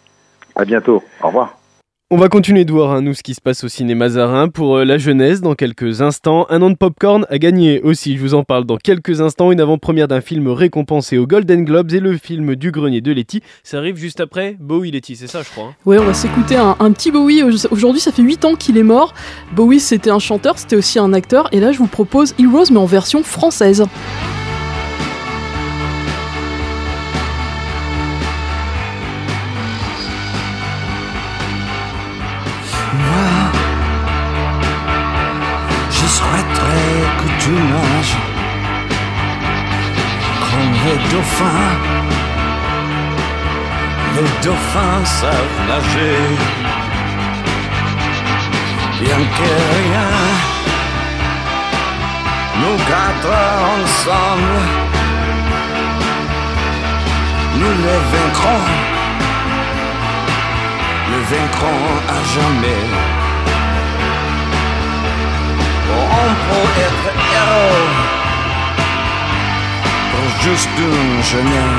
À bientôt. Au revoir. On va continuer de voir, hein, nous, ce qui se passe au ciné Mazarin pour euh, la jeunesse dans quelques instants. Un an de popcorn à gagner aussi, je vous en parle dans quelques instants. Une avant-première d'un film récompensé aux Golden Globes et le film du grenier de Letty. Ça arrive juste après Bowie Letty, c'est ça je crois. Hein. Ouais, on va s'écouter un, un petit Bowie. Aujourd'hui, ça fait huit ans qu'il est mort. Bowie, c'était un chanteur, c'était aussi un acteur. Et là, je vous propose Heroes, mais en version française. Tu nages comme les dauphins. Les dauphins savent nager. Bien que rien nous quatre ensemble, nous les vaincrons. Les vaincrons à jamais. On peut être héros pour juste une journée.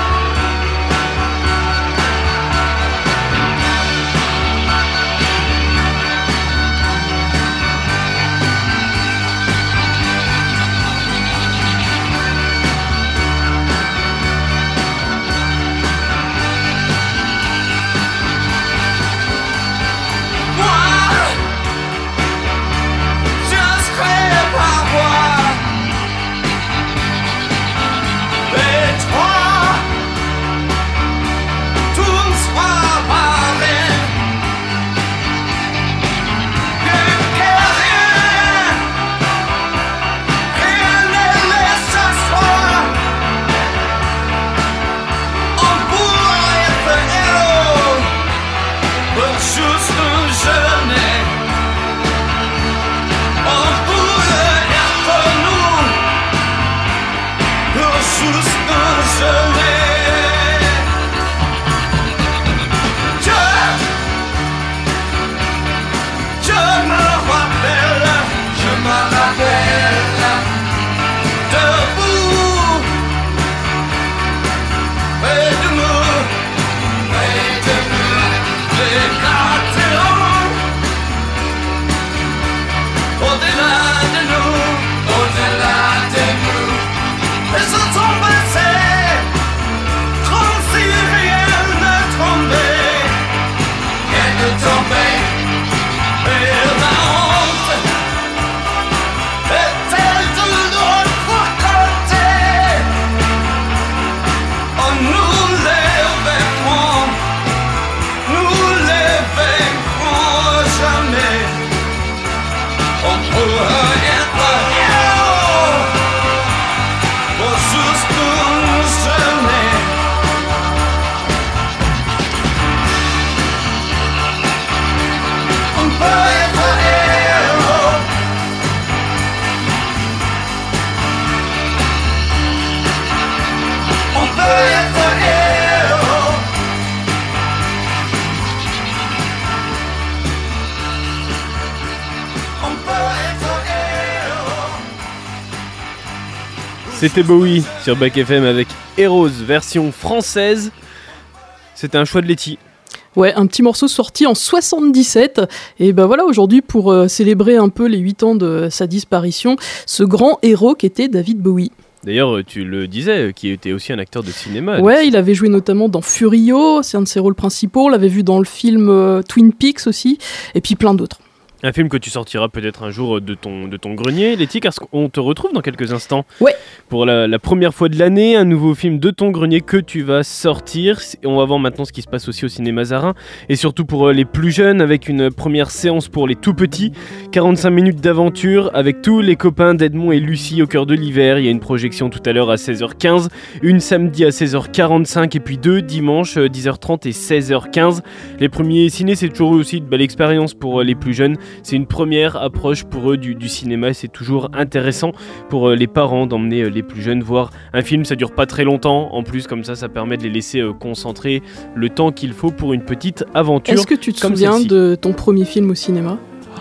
C'était Bowie sur Back F M avec Heroes version française. C'était un choix de Letty. Ouais, un petit morceau sorti en soixante-dix-sept. Et ben voilà, aujourd'hui, pour euh, célébrer un peu les huit ans de sa disparition, ce grand héros qu'était David Bowie. D'ailleurs, tu le disais, qui était aussi un acteur de cinéma. Ouais, Alex. Il avait joué notamment dans Furio, c'est un de ses rôles principaux. On l'avait vu dans le film euh, Twin Peaks aussi, et puis plein d'autres. Un film que tu sortiras peut-être un jour de ton, de ton grenier, Letty, car on te retrouve dans quelques instants. Ouais. Pour la, la première fois de l'année, un nouveau film de ton grenier que tu vas sortir. On va voir maintenant ce qui se passe aussi au cinéma Mazarin. Et surtout pour les plus jeunes, avec une première séance pour les tout petits. quarante-cinq minutes d'aventure avec tous les copains d'Edmond et Lucie au cœur de l'hiver. Il y a une projection tout à l'heure à seize heures quinze, une samedi à seize heures quarante-cinq et puis deux dimanche dix heures trente et seize heures quinze. Les premiers ciné, c'est toujours aussi une belle expérience pour les plus jeunes. C'est une première approche pour eux du, du cinéma et c'est toujours intéressant pour les parents d'emmener les plus jeunes voir un film. Ça dure pas très longtemps, en plus comme ça ça permet de les laisser concentrer le temps qu'il faut pour une petite aventure. Est-ce que tu te souviens celle-ci. de ton premier film au cinéma ?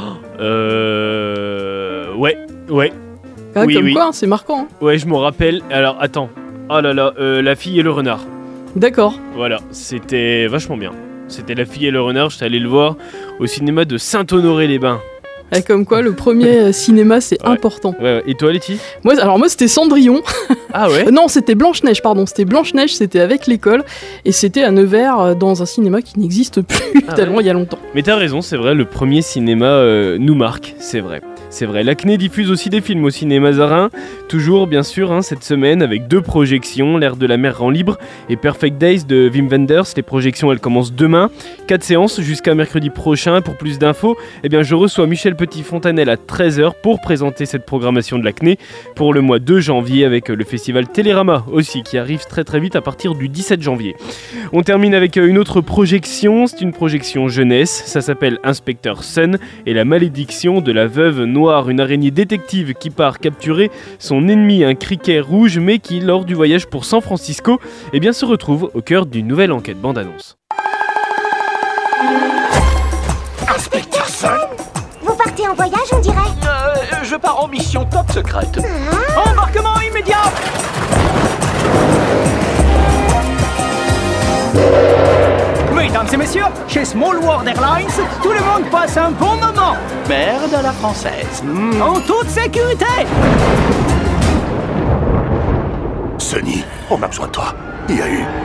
Euh... Ouais, ouais. Ah, oui, comme oui. quoi, hein, c'est marquant. Hein. Ouais, je m'en rappelle. Alors attends, oh là là, euh, La fille et le renard. D'accord. Voilà, c'était vachement bien. C'était La fille et le renard, j'étais allé le voir au cinéma de Saint-Honoré-les-Bains. Et comme quoi, le premier cinéma, c'est ouais. important. Ouais, ouais. Et toi, Letty ? Moi, alors moi, c'était Cendrillon. Ah ouais ? Non, c'était Blanche-Neige, pardon. C'était Blanche-Neige, c'était avec l'école. Et c'était à Nevers, dans un cinéma qui n'existe plus ah tellement ouais. il y a longtemps. Mais t'as raison, c'est vrai, le premier cinéma euh, nous marque, c'est vrai. C'est vrai, la C N E diffuse aussi des films au ciné Mazarin, toujours bien sûr hein, cette semaine avec deux projections, L'Air de la mer rend libre et Perfect Days de Wim Wenders. Les projections elles commencent demain, quatre séances jusqu'à mercredi prochain. Pour plus d'infos, eh bien, je reçois Michel Petit-Fontanel à treize heures pour présenter cette programmation de la C N E pour le mois de janvier avec le festival Télérama aussi qui arrive très très vite à partir du dix-sept janvier. On termine avec une autre projection, c'est une projection jeunesse, ça s'appelle Inspecteur Sun et la malédiction de la veuve noire. Une araignée détective qui part capturer son ennemi, un criquet rouge, mais qui, lors du voyage pour San Francisco, eh bien, se retrouve au cœur d'une nouvelle enquête. Bande-annonce. Inspecteur Sun ? Vous partez en voyage, on dirait ? Euh, je pars en mission top secrète. Ah. Embarquement immédiat ! Mesdames et messieurs, chez Small World Airlines, tout le monde passe un bon moment. Merde à la française. Mmh. En toute sécurité. Sonny, on a besoin de toi. Il y a eu...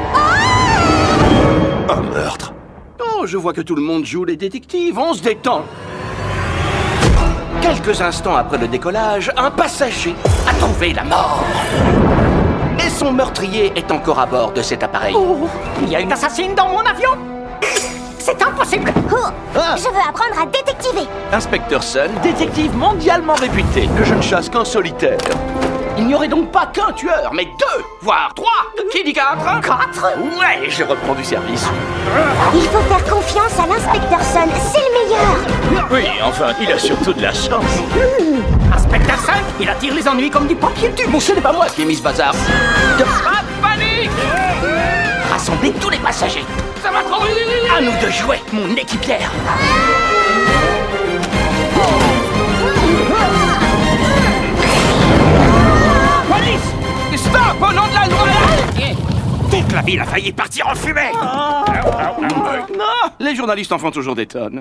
Ah un meurtre. Oh, je vois que tout le monde joue les détectives. On se détend. Quelques instants après le décollage, un passager a trouvé la mort. Et son meurtrier est encore à bord de cet appareil. Oh. Il y a une assassine dans mon avion. C'est impossible. Oh. Ah. Je veux apprendre à détectiver. Inspecteur Sun, détective mondialement réputé. Je ne chasse qu'en solitaire. Il n'y aurait donc pas qu'un tueur, mais deux, voire trois. Qui dit quatre ? Quatre ? Ouais, je reprends du service. Il faut faire confiance à l'inspecteur Sun, c'est le meilleur. Oui, enfin, il a surtout de la chance. Mmh. Inspecteur Sun, il attire les ennuis comme du papier tube. Bon, ce n'est pas moi qui ai mis ce bazar. De pas de panique. Rassemblez tous les passagers. Ça va trop vite. À nous de jouer, mon équipière. Police! Stop, au nom de la loi! Toute la ville a failli partir en fumée! Oh. Non, les journalistes en font toujours des tonnes.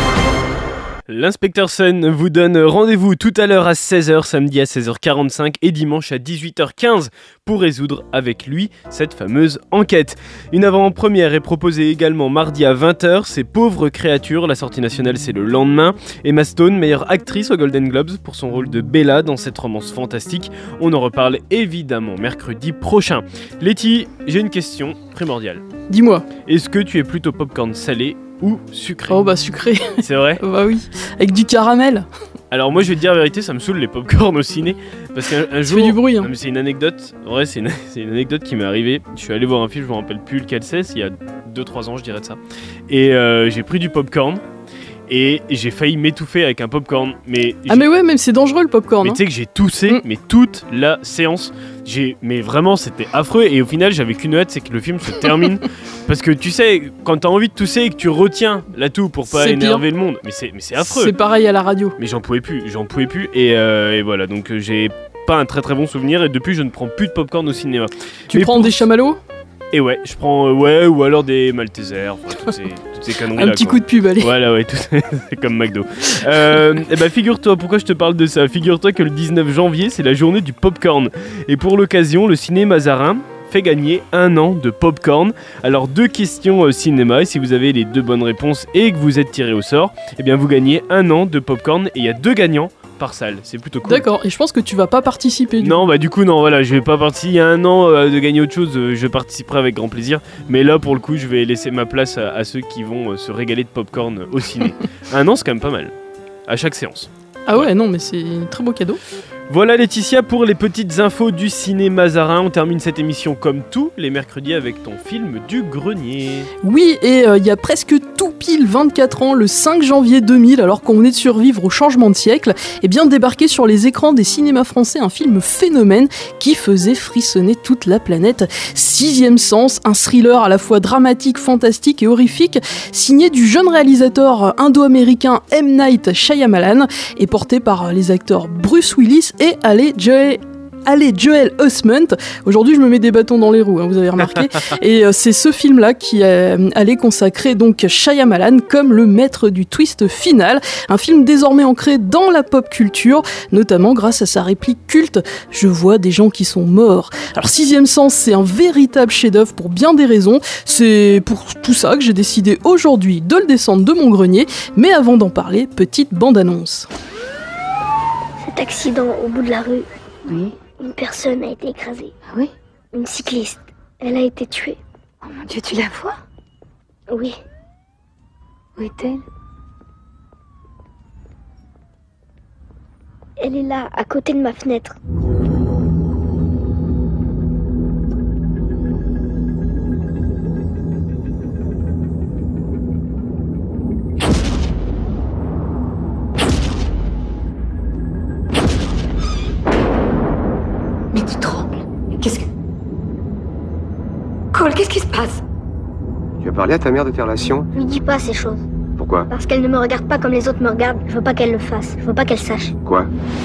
L'Inspecteur Sun vous donne rendez-vous tout à l'heure à seize heures, samedi à seize heures quarante-cinq et dimanche à dix-huit heures quinze pour résoudre avec lui cette fameuse enquête. Une avant-première est proposée également mardi à vingt heures, c'est Pauvres créatures, la sortie nationale c'est le lendemain. Emma Stone, meilleure actrice aux Golden Globes pour son rôle de Bella dans cette romance fantastique. On en reparle évidemment mercredi prochain. Letty, j'ai une question primordiale. Dis-moi. Est-ce que tu es plutôt popcorn salé ou sucré? Oh bah sucré. C'est vrai? Bah oui, avec du caramel. Alors moi je vais te dire la vérité, ça me saoule les popcorn au ciné. Parce qu'un un jour... Tu fais du bruit hein. Non mais c'est une anecdote, en vrai c'est une, c'est une anecdote qui m'est arrivée. Je suis allé voir un film, je me rappelle plus lequel c'est, c'est il y a deux trois ans je dirais de ça. Et euh, j'ai pris du popcorn. Et j'ai failli m'étouffer avec un popcorn. Mais ah mais ouais, même c'est dangereux le popcorn. Mais hein. tu sais que j'ai toussé, mm. mais toute la séance. J'ai, mais vraiment c'était affreux. Et au final j'avais qu'une hâte, c'est que le film se termine. Parce que tu sais, quand t'as envie de tousser et que tu retiens la toux pour pas c'est énerver pire. le monde. Mais c'est, mais c'est affreux. C'est pareil à la radio. Mais j'en pouvais plus, j'en pouvais plus. Et, euh, et voilà, donc euh, j'ai pas un très très bon souvenir. Et depuis je ne prends plus de popcorn au cinéma. Tu mais prends pour... des chamallows? Et ouais, je prends euh, ouais ou alors des Maltesers, enfin toutes ces, toutes ces conneries là. Un petit quoi. coup de pub, allez. Voilà, ouais, tout, c'est comme McDo. Euh, et bah figure-toi, pourquoi je te parle de ça? Figure-toi que le dix-neuf janvier, c'est la journée du popcorn. Et pour l'occasion, le ciné Mazarin fait gagner un an de popcorn. Alors deux questions euh, cinéma, et si vous avez les deux bonnes réponses et que vous êtes tiré au sort, eh bien vous gagnez un an de popcorn et il y a deux gagnants par salle, c'est plutôt cool. D'accord, et je pense que tu vas pas participer. Non, coup. bah du coup non, voilà, je vais pas participer. Il y a un an euh, de gagner autre chose, euh, je participerai avec grand plaisir. Mais là pour le coup, je vais laisser ma place à, à ceux qui vont euh, se régaler de popcorn au ciné. Un an, c'est quand même pas mal, à chaque séance. Ah ouais, ouais. Non, mais c'est un très beau cadeau. Voilà Laetitia pour les petites infos du ciné Mazarin. On termine cette émission comme tous les mercredis avec ton film du grenier. Oui, et il euh, y a presque tout pile vingt-quatre ans, le cinq janvier deux mille, alors qu'on venait de survivre au changement de siècle, et bien débarqué sur les écrans des cinémas français un film phénomène qui faisait frissonner toute la planète. Sixième Sens, un thriller à la fois dramatique, fantastique et horrifique, signé du jeune réalisateur indo-américain M. Night Shyamalan et porté par les acteurs Bruce Willis et Haley Joel Allez, Joel Osment. Aujourd'hui, je me mets des bâtons dans les roues, hein, vous avez remarqué. Et euh, c'est ce film-là qui euh, allait consacrer donc Shyamalan comme le maître du twist final. Un film désormais ancré dans la pop culture, notamment grâce à sa réplique culte « Je vois des gens qui sont morts ». Alors, Sixième Sens, c'est un véritable chef-d'œuvre pour bien des raisons. C'est pour tout ça que j'ai décidé aujourd'hui de le descendre de mon grenier. Mais avant d'en parler, petite bande-annonce. Cet accident au bout de la rue. Oui. Une personne a été écrasée. Ah oui? Une cycliste. Elle a été tuée. Oh mon Dieu, tu la vois? Oui. Où est-elle? Elle est là, à côté de ma fenêtre. Mais tu trembles. Qu'est-ce que... Cole, qu'est-ce qui se passe? Tu as parlé à ta mère de tes relations? Je lui dis pas ces choses. Pourquoi? Parce qu'elle ne me regarde pas comme les autres me regardent. Je veux pas qu'elle le fasse. Je veux pas qu'elle sache. Quoi?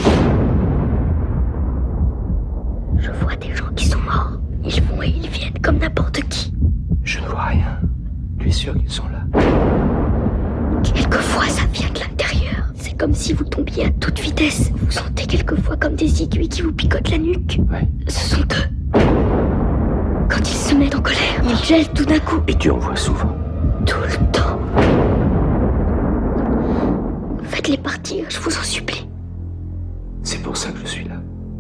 Je vois des gens qui sont morts. Ils vont et ils viennent comme n'importe qui. Je ne vois rien. Tu es sûr qu'ils sont là? Quelquefois, ça vient de l'intérieur. C'est comme si vous tombiez à toute vitesse. Vous sentez quelquefois comme des aiguilles qui vous picotent la nuque. Ouais. Ce sont eux. Quand ils se mettent en colère, ils gèlent tout d'un coup. Et tu en vois souvent? Tout le temps. Faites-les partir, je vous en supplie. C'est pour ça que je suis là.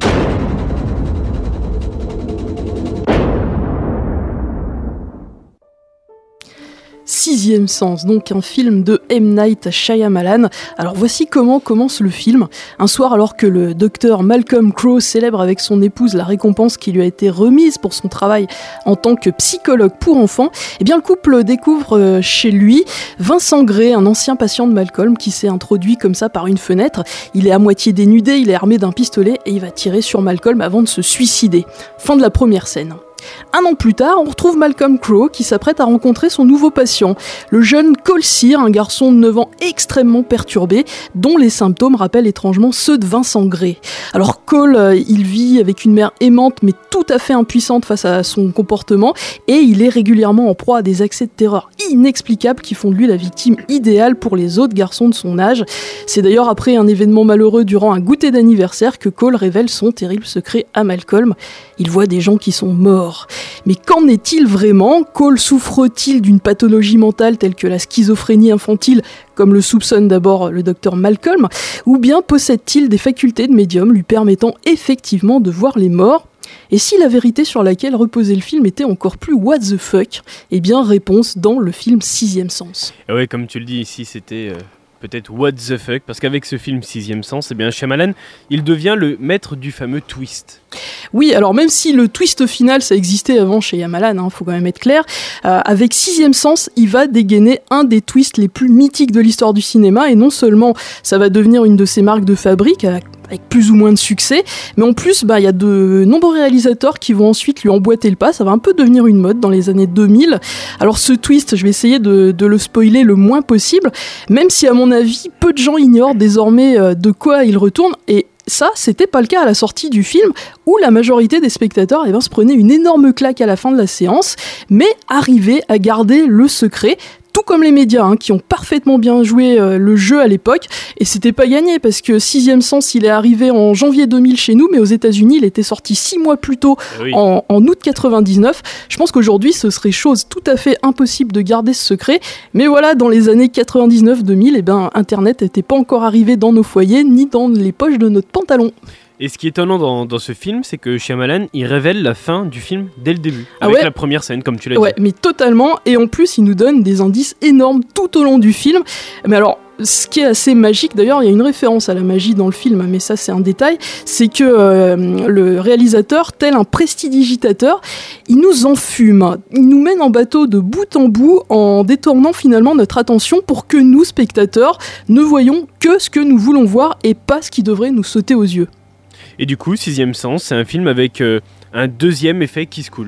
Sixième Sens, donc un film de M. Night Shyamalan. Alors voici comment commence le film. Un soir, alors que le docteur Malcolm Crowe célèbre avec son épouse la récompense qui lui a été remise pour son travail en tant que psychologue pour enfants, eh bien le couple découvre chez lui Vincent Gray, un ancien patient de Malcolm qui s'est introduit comme ça par une fenêtre. Il est à moitié dénudé, il est armé d'un pistolet et il va tirer sur Malcolm avant de se suicider. Fin de la première scène. Un an plus tard, on retrouve Malcolm Crowe qui s'apprête à rencontrer son nouveau patient, le jeune Cole Sear, un garçon de neuf ans extrêmement perturbé, dont les symptômes rappellent étrangement ceux de Vincent Gray. Alors Cole, euh, il vit avec une mère aimante mais tout à fait impuissante face à son comportement, et il est régulièrement en proie à des accès de terreur inexplicables qui font de lui la victime idéale pour les autres garçons de son âge. C'est d'ailleurs après un événement malheureux durant un goûter d'anniversaire que Cole révèle son terrible secret à Malcolm. Il voit des gens qui sont morts. Mais qu'en est-il vraiment? Cole souffre-t-il d'une pathologie mentale telle que la schizophrénie infantile, comme le soupçonne d'abord le docteur Malcolm, ou bien possède-t-il des facultés de médium lui permettant effectivement de voir les morts? Et si la vérité sur laquelle reposait le film était encore plus what the fuck? Eh bien, réponse dans le film Sixième Sens. Et ouais, comme tu le dis ici, c'était... Euh... peut-être what the fuck, parce qu'avec ce film Sixième Sens, eh bien Shyamalan, il devient le maître du fameux twist. Oui, alors même si le twist final, ça existait avant chez Shyamalan, hein, faut quand même être clair, euh, avec Sixième Sens, il va dégainer un des twists les plus mythiques de l'histoire du cinéma, et non seulement ça va devenir une de ses marques de fabrique, avec avec plus ou moins de succès, mais en plus, bah, y a de nombreux réalisateurs qui vont ensuite lui emboîter le pas, ça va un peu devenir une mode dans les années deux mille. Alors ce twist, je vais essayer de, de le spoiler le moins possible, même si à mon avis, peu de gens ignorent désormais euh, de quoi il retourne, et ça, c'était pas le cas à la sortie du film, où la majorité des spectateurs eh ben, se prenaient une énorme claque à la fin de la séance, mais arrivaient à garder le secret, tout comme les médias, hein, qui ont parfaitement bien joué euh, le jeu à l'époque, et c'était pas gagné, parce que Sixième Sens, il est arrivé en janvier deux mille chez nous, mais aux États-Unis, il était sorti six mois plus tôt, oui. en, en août quatre-vingt-dix-neuf. Je pense qu'aujourd'hui, ce serait chose tout à fait impossible de garder ce secret, mais voilà, dans les années quatre-vingt-dix-neuf deux mille, eh ben, Internet n'était pas encore arrivé dans nos foyers, ni dans les poches de notre pantalon. Et ce qui est étonnant dans, dans ce film, c'est que Shyamalan, il révèle la fin du film dès le début, ah avec ouais. la première scène, comme tu l'as ouais, dit. Ouais, mais totalement, et en plus, il nous donne des indices énormes tout au long du film. Mais alors, ce qui est assez magique, d'ailleurs, il y a une référence à la magie dans le film, mais ça, c'est un détail, c'est que euh, le réalisateur, tel un prestidigitateur, il nous enfume, il nous mène en bateau de bout en bout, en détournant finalement notre attention pour que nous, spectateurs, ne voyons que ce que nous voulons voir et pas ce qui devrait nous sauter aux yeux. Et du coup, Sixième Sens, c'est un film avec euh, un deuxième effet qui se coule.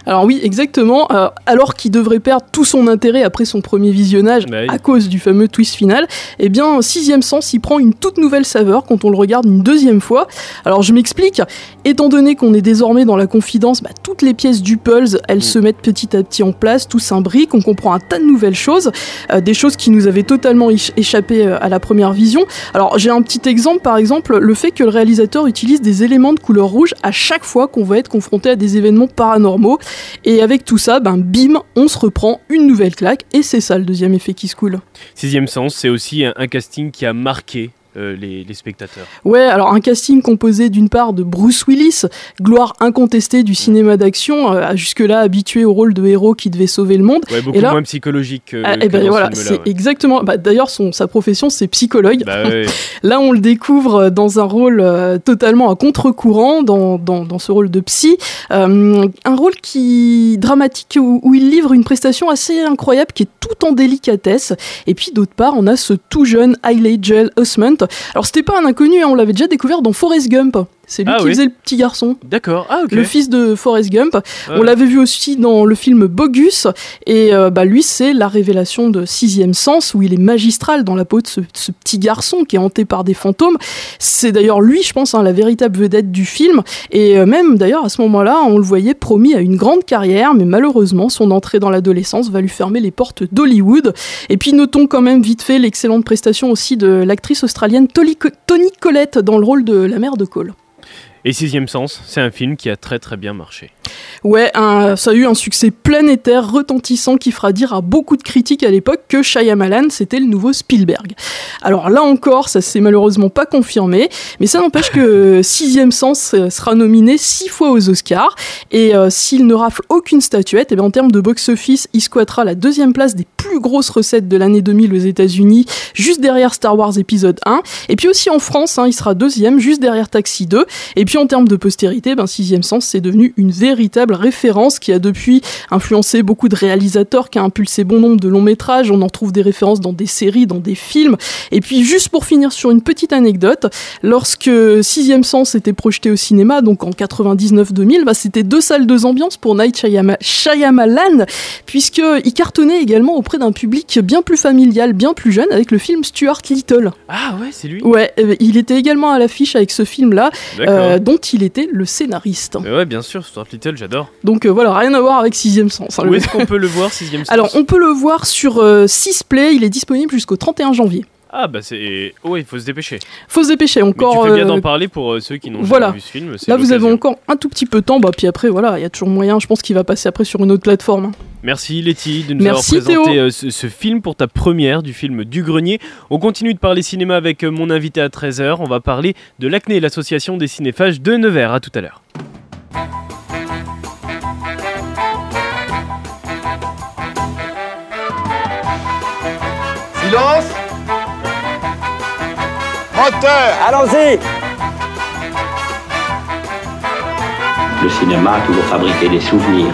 Alors oui, exactement. Euh, alors qu'il devrait perdre tout son intérêt après son premier visionnage bah oui. à cause du fameux twist final, eh bien, Sixième Sens y prend une toute nouvelle saveur quand on le regarde une deuxième fois. Alors je m'explique. Étant donné qu'on est désormais dans la confidence, bah, toutes les pièces du puzzle, elles mmh. se mettent petit à petit en place, tout s'imbrique, on comprend un tas de nouvelles choses, euh, des choses qui nous avaient totalement éch- échappé euh, à la première vision. Alors j'ai un petit exemple, par exemple, le fait que le réalisateur utilise des éléments de couleur rouge à chaque fois qu'on va être confronté à des événements paranormaux. Et avec tout ça, ben bim, on se reprend une nouvelle claque, et c'est ça le deuxième effet qui se coule. Sixième Sens, c'est aussi un, un casting qui a marqué Euh, les, les spectateurs. Ouais, alors un casting composé d'une part de Bruce Willis, gloire incontestée du cinéma d'action, euh, jusque-là habitué au rôle de héros qui devait sauver le monde. Ouais, beaucoup et là, moins psychologique que, ah, que ben dans voilà, ce film-là. c'est Ouais. exactement. Bah, d'ailleurs, son, sa profession, c'est psychologue. Bah, ouais. Là, on le découvre dans un rôle euh, totalement à contre-courant, dans, dans, dans ce rôle de psy. Euh, un rôle qui dramatique où, où il livre une prestation assez incroyable, qui est tout en délicatesse. Et puis, d'autre part, on a ce tout jeune Hailey Joel Osment. Alors, c'était pas un inconnu, hein, on l'avait déjà découvert dans Forrest Gump. C'est lui ah, qui oui. faisait le petit garçon. D'accord, ah ok. Le fils de Forrest Gump. Ah, on ouais. l'avait vu aussi dans le film Bogus. Et euh, bah, lui, c'est la révélation de Sixième Sens, où il est magistral dans la peau de ce, ce petit garçon qui est hanté par des fantômes. C'est d'ailleurs lui, je pense, hein, la véritable vedette du film. Et euh, même, d'ailleurs, à ce moment-là, on le voyait promis à une grande carrière. Mais malheureusement, son entrée dans l'adolescence va lui fermer les portes d'Hollywood. Et puis, notons quand même vite fait l'excellente prestation aussi de l'actrice australienne Toni Collette dans le rôle de la mère de Cole. Et Sixième Sens, c'est un film qui a très très bien marché. Ouais, un, ça a eu un succès planétaire, retentissant, qui fera dire à beaucoup de critiques à l'époque que Shyamalan, c'était le nouveau Spielberg. Alors là encore, ça s'est malheureusement pas confirmé, mais ça n'empêche que Sixième Sens sera nominé six fois aux Oscars, et euh, s'il ne rafle aucune statuette, et bien en termes de box-office, il squattera la deuxième place des plus grosses recettes de l'année deux mille aux États-Unis, juste derrière Star Wars épisode un, et puis aussi en France, hein, il sera deuxième, juste derrière Taxi deux, et puis en termes de postérité, ben, Sixième Sens, c'est devenu une véritable référence qui a depuis influencé beaucoup de réalisateurs, qui a impulsé bon nombre de longs métrages. On en trouve des références dans des séries, dans des films. Et puis juste pour finir sur une petite anecdote, lorsque Sixième Sens était projeté au cinéma, donc en quatre-vingt-dix-neuf deux mille, bah, c'était deux salles, deux ambiances pour Night Shyama- Shyamalan, puisqu'il cartonnait également auprès d'un public bien plus familial, bien plus jeune, avec le film Stuart Little. Ah ouais, c'est lui. Ouais, euh, il était également à l'affiche avec ce film-là, euh, dont il était le scénariste. Mais ouais, bien sûr, Stuart Little, j'adore. Donc euh, voilà, rien à voir avec Sixième Sens. Hein, Où est-ce qu'on peut le voir, Sixième Sens ? Alors, on peut le voir sur euh, Sisplay, il est disponible jusqu'au trente et un janvier. Ah bah c'est... Oh, il faut se dépêcher. Faut se dépêcher encore. Mais tu fais bien euh... d'en parler pour euh, ceux qui n'ont voilà. jamais vu ce film. C'est Là, vous l'occasion. avez encore un tout petit peu de temps, bah, puis après, voilà, il y a toujours moyen, je pense qu'il va passer après sur une autre plateforme. Merci Letty de nous Merci, avoir présenté euh, ce, ce film pour ta première du film Du Grenier. On continue de parler cinéma avec euh, mon invité à treize heures. On va parler de l'A C N E, l'association des cinéphages de Nevers. À tout à l'heure. Silence! Moteur! Allons-y! Le cinéma a toujours fabriqué des souvenirs.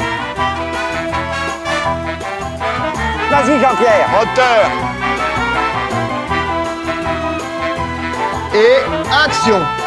Vas-y, Jean-Pierre! Moteur! Et action!